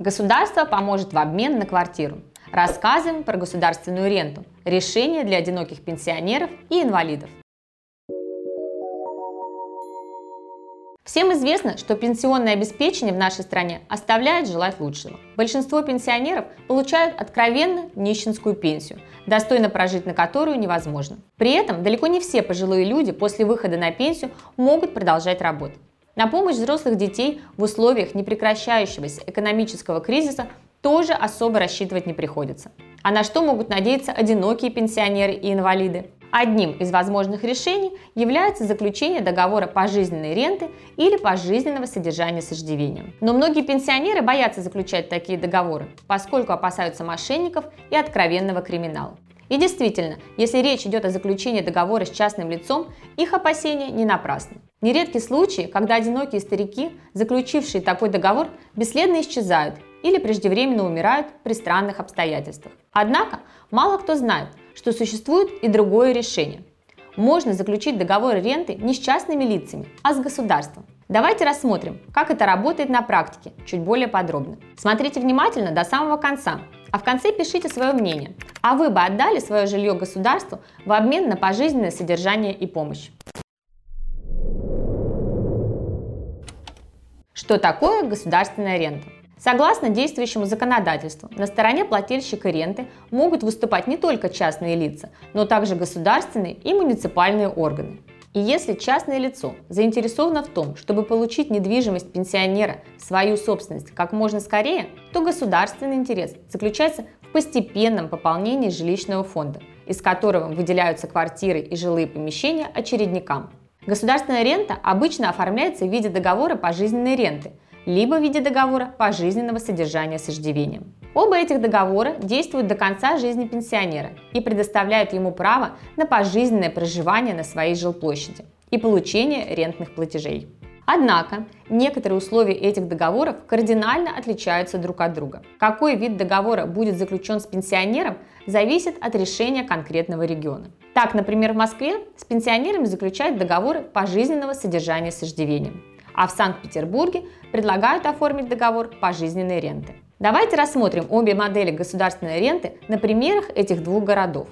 Государство поможет в обмен на квартиру. Рассказываем про государственную ренту. Решение для одиноких пенсионеров и инвалидов. Всем известно, что пенсионное обеспечение в нашей стране оставляет желать лучшего. Большинство пенсионеров получают откровенно нищенскую пенсию, достойно прожить на которую невозможно. При этом далеко не все пожилые люди после выхода на пенсию могут продолжать работать. На помощь взрослых детей в условиях непрекращающегося экономического кризиса тоже особо рассчитывать не приходится. А на что могут надеяться одинокие пенсионеры и инвалиды? Одним из возможных решений является заключение договора пожизненной ренты или пожизненного содержания с иждивением. Но многие пенсионеры боятся заключать такие договоры, поскольку опасаются мошенников и откровенного криминала. И действительно, если речь идет о заключении договора с частным лицом, их опасения не напрасны. Нередки случаи, когда одинокие старики, заключившие такой договор, бесследно исчезают или преждевременно умирают при странных обстоятельствах. Однако мало кто знает, что существует и другое решение. Можно заключить договор ренты не с частными лицами, а с государством. Давайте рассмотрим, как это работает на практике, чуть более подробно. Смотрите внимательно до самого конца, а в конце пишите свое мнение. А вы бы отдали свое жилье государству в обмен на пожизненное содержание и помощь? Что такое государственная рента? Согласно действующему законодательству, на стороне плательщика ренты могут выступать не только частные лица, но также государственные и муниципальные органы. И если частное лицо заинтересовано в том, чтобы получить недвижимость пенсионера в свою собственность как можно скорее, то государственный интерес заключается в постепенном пополнении жилищного фонда, из которого выделяются квартиры и жилые помещения очередникам. Государственная рента обычно оформляется в виде договора пожизненной ренты, либо в виде договора пожизненного содержания с иждивением. Оба этих договора действуют до конца жизни пенсионера и предоставляют ему право на пожизненное проживание на своей жилплощади и получение рентных платежей. Однако, некоторые условия этих договоров кардинально отличаются друг от друга. Какой вид договора будет заключен с пенсионером, зависит от решения конкретного региона. Так, например, в Москве с пенсионерами заключают договоры пожизненного содержания с иждивением, а в Санкт-Петербурге предлагают оформить договор пожизненной ренты. Давайте рассмотрим обе модели государственной ренты на примерах этих двух городов.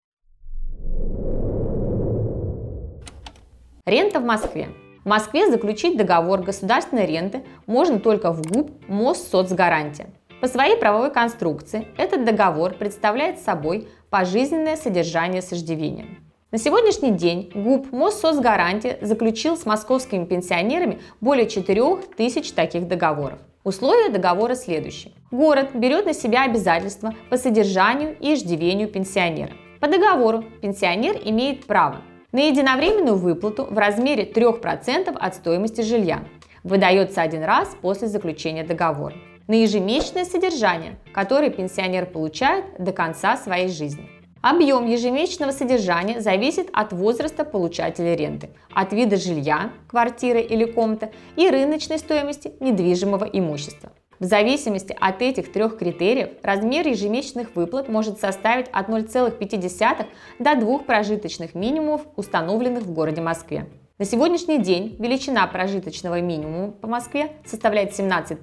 Рента в Москве. В Москве заключить договор государственной ренты можно только в ГУП Моссоцгарантия. По своей правовой конструкции этот договор представляет собой пожизненное содержание с иждивением. На сегодняшний день ГУП Моссоцгарантия заключил с московскими пенсионерами более 4000 таких договоров. Условия договора следующие. Город берет на себя обязательства по содержанию и иждивению пенсионера. По договору пенсионер имеет право на единовременную выплату в размере 3% от стоимости жилья. Выдается один раз после заключения договора. На ежемесячное содержание, которое пенсионер получает до конца своей жизни. Объем ежемесячного содержания зависит от возраста получателя ренты, от вида жилья, квартиры или комната и рыночной стоимости недвижимого имущества. В зависимости от этих трех критериев размер ежемесячных выплат может составить от 0,5 до 2 прожиточных минимумов, установленных в городе Москве. На сегодняшний день величина прожиточного минимума по Москве составляет 17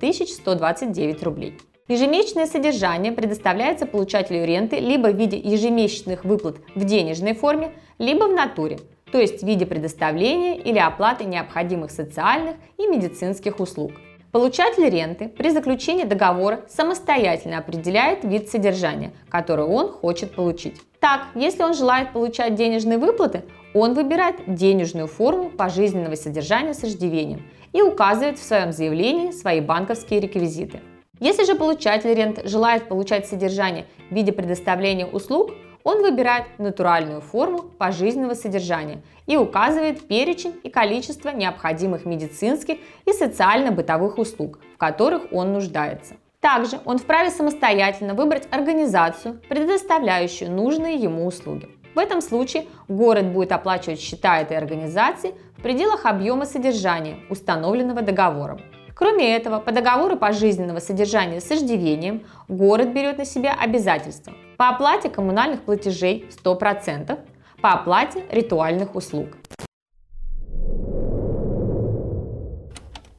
129 рублей. Ежемесячное содержание предоставляется получателю ренты либо в виде ежемесячных выплат в денежной форме, либо в натуре, то есть в виде предоставления или оплаты необходимых социальных и медицинских услуг. Получатель ренты при заключении договора самостоятельно определяет вид содержания, который он хочет получить. Так, если он желает получать денежные выплаты, он выбирает денежную форму пожизненного содержания с иждивением и указывает в своем заявлении свои банковские реквизиты. Если же получатель ренты желает получать содержание в виде предоставления услуг, он выбирает натуральную форму пожизненного содержания и указывает перечень и количество необходимых медицинских и социально-бытовых услуг, в которых он нуждается. Также он вправе самостоятельно выбрать организацию, предоставляющую нужные ему услуги. В этом случае город будет оплачивать счета этой организации в пределах объема содержания, установленного договором. Кроме этого, по договору пожизненного содержания с иждивением город берет на себя обязательства по оплате коммунальных платежей 100%, по оплате ритуальных услуг.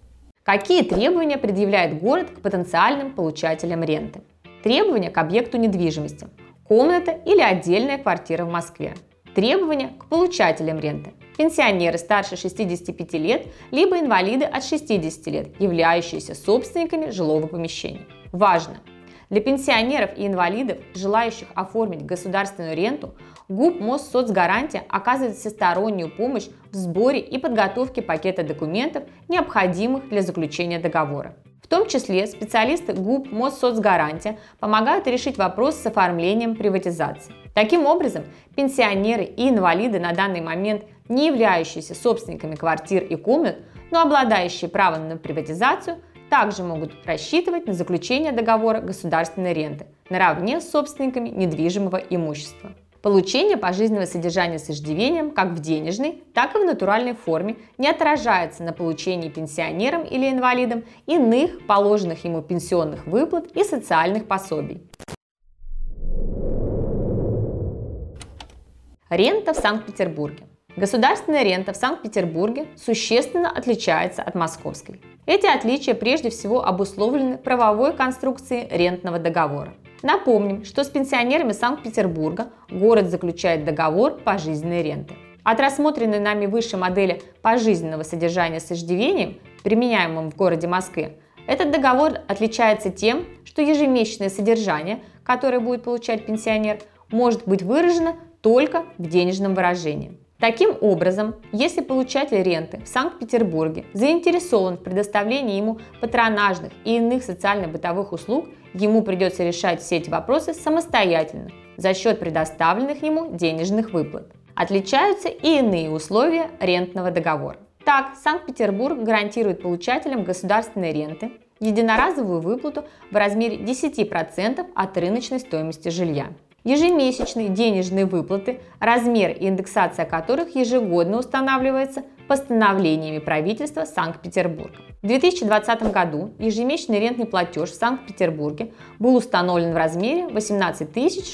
Какие требования предъявляет город к потенциальным получателям ренты? Требования к объекту недвижимости. Комната или отдельная квартира в Москве. Требования к получателям ренты. Пенсионеры старше 65 лет, либо инвалиды от 60 лет, являющиеся собственниками жилого помещения. Важно! Для пенсионеров и инвалидов, желающих оформить государственную ренту, ГУП Моссоцгарантия оказывает всестороннюю помощь в сборе и подготовке пакета документов, необходимых для заключения договора. В том числе специалисты ГУП Моссоцгарантия помогают решить вопрос с оформлением приватизации. Таким образом, пенсионеры и инвалиды, на данный момент не являющиеся собственниками квартир и комнат, но обладающие правом на приватизацию, также могут рассчитывать на заключение договора государственной ренты наравне с собственниками недвижимого имущества. Получение пожизненного содержания с иждивением как в денежной, так и в натуральной форме не отражается на получении пенсионерам или инвалидам иных положенных ему пенсионных выплат и социальных пособий. Рента в Санкт-Петербурге. Государственная рента в Санкт-Петербурге существенно отличается от московской. Эти отличия прежде всего обусловлены правовой конструкцией рентного договора. Напомним, что с пенсионерами Санкт-Петербурга город заключает договор пожизненной ренты. От рассмотренной нами выше модели пожизненного содержания с иждивением, применяемым в городе Москве, этот договор отличается тем, что ежемесячное содержание, которое будет получать пенсионер, может быть выражено только в денежном выражении. Таким образом, если получатель ренты в Санкт-Петербурге заинтересован в предоставлении ему патронажных и иных социально-бытовых услуг, ему придется решать все эти вопросы самостоятельно за счет предоставленных ему денежных выплат. Отличаются и иные условия рентного договора. Так, Санкт-Петербург гарантирует получателям государственной ренты единоразовую выплату в размере 10% от рыночной стоимости жилья. Ежемесячные денежные выплаты, размер и индексация которых ежегодно устанавливается постановлениями правительства Санкт-Петербурга. В 2020 году ежемесячный рентный платеж в Санкт-Петербурге был установлен в размере 18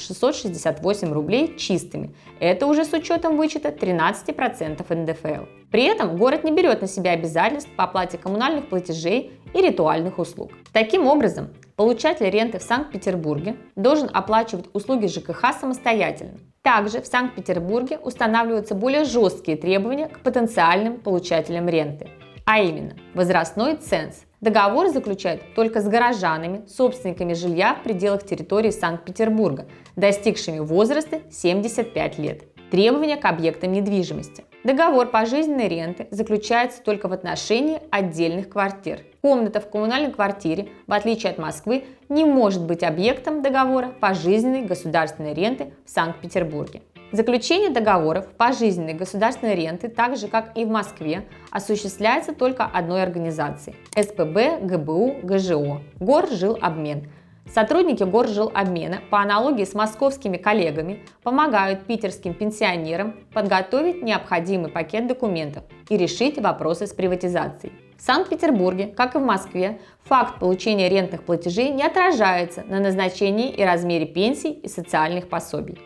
668 рублей чистыми. Это уже с учетом вычета 13% НДФЛ. При этом город не берет на себя обязательств по оплате коммунальных платежей и ритуальных услуг. Таким образом, получатель ренты в Санкт-Петербурге должен оплачивать услуги ЖКХ самостоятельно. Также в Санкт-Петербурге устанавливаются более жесткие требования к потенциальным получателям ренты, а именно возрастной ценз. Договор заключают только с горожанами, собственниками жилья в пределах территории Санкт-Петербурга, достигшими возраста 75 лет. Требования к объектам недвижимости. Договор пожизненной ренты заключается только в отношении отдельных квартир. Комната в коммунальной квартире, в отличие от Москвы, не может быть объектом договора пожизненной государственной ренты в Санкт-Петербурге. Заключение договоров пожизненной государственной ренты, так же как и в Москве, осуществляется только одной организацией – СПБ ГБУ ГЖО – Горжилобмен. Сотрудники Горжилобмена по аналогии с московскими коллегами помогают питерским пенсионерам подготовить необходимый пакет документов и решить вопросы с приватизацией. В Санкт-Петербурге, как и в Москве, факт получения рентных платежей не отражается на назначении и размере пенсий и социальных пособий.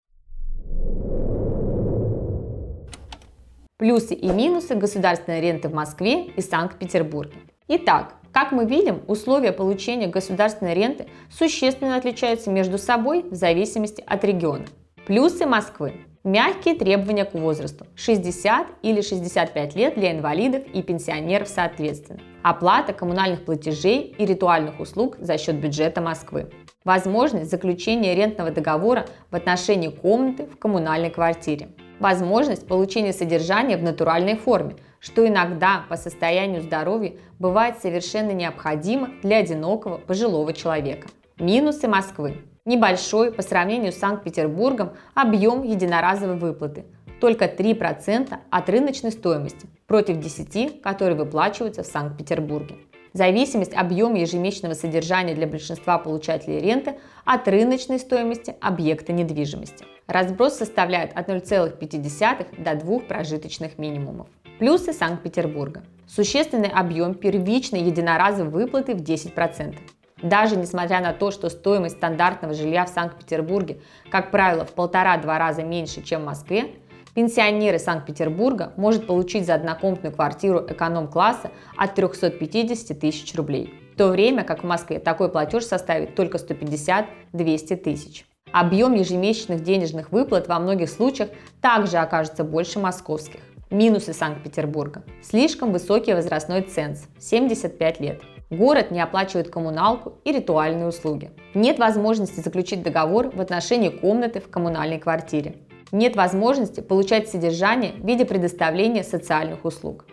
Плюсы и минусы государственной ренты в Москве и Санкт-Петербурге. Итак, как мы видим, условия получения государственной ренты существенно отличаются между собой в зависимости от региона. Плюсы Москвы. Мягкие требования к возрасту – 60 или 65 лет для инвалидов и пенсионеров соответственно. Оплата коммунальных платежей и ритуальных услуг за счет бюджета Москвы. Возможность заключения рентного договора в отношении комнаты в коммунальной квартире. Возможность получения содержания в натуральной форме, что иногда по состоянию здоровья бывает совершенно необходимо для одинокого пожилого человека. Минусы Москвы. Небольшой по сравнению с Санкт-Петербургом объем единоразовой выплаты – только 3% от рыночной стоимости против 10%, которые выплачиваются в Санкт-Петербурге. Зависимость объема ежемесячного содержания для большинства получателей ренты от рыночной стоимости объекта недвижимости. Разброс составляет от 0,5 до 2 прожиточных минимумов. Плюсы Санкт-Петербурга. Существенный объем первичной единоразовой выплаты в 10%. Даже несмотря на то, что стоимость стандартного жилья в Санкт-Петербурге, как правило, в 1,5–2 раза меньше, чем в Москве, Пенсионеры Санкт-Петербурга может получить за однокомнатную квартиру эконом-класса от 350 тысяч рублей, в то время как в Москве такой платеж составит только 150-200 тысяч. Объем ежемесячных денежных выплат во многих случаях также окажется больше московских. Минусы Санкт-Петербурга. Слишком высокий возрастной ценз – 75 лет. Город не оплачивает коммуналку и ритуальные услуги. Нет возможности заключить договор в отношении комнаты в коммунальной квартире. Нет возможности получать содержание в виде предоставления социальных услуг.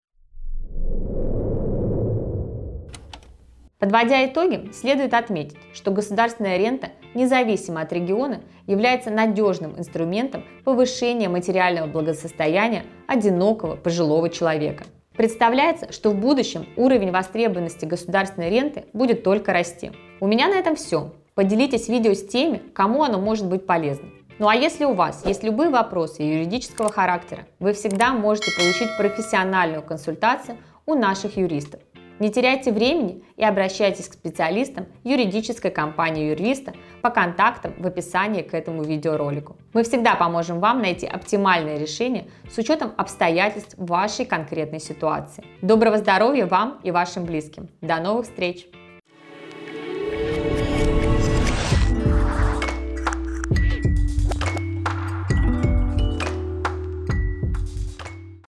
Подводя итоги, следует отметить, что государственная рента, независимо от региона, является надежным инструментом повышения материального благосостояния одинокого пожилого человека. Представляется, что в будущем уровень востребованности государственной ренты будет только расти. У меня на этом все. Поделитесь видео с теми, кому оно может быть полезно. Ну а если у вас есть любые вопросы юридического характера, вы всегда можете получить профессиональную консультацию у наших юристов. Не теряйте времени и обращайтесь к специалистам юридической компании Юрвиста по контактам в описании к этому видеоролику. Мы всегда поможем вам найти оптимальное решение с учетом обстоятельств вашей конкретной ситуации. Доброго здоровья вам и вашим близким. До новых встреч!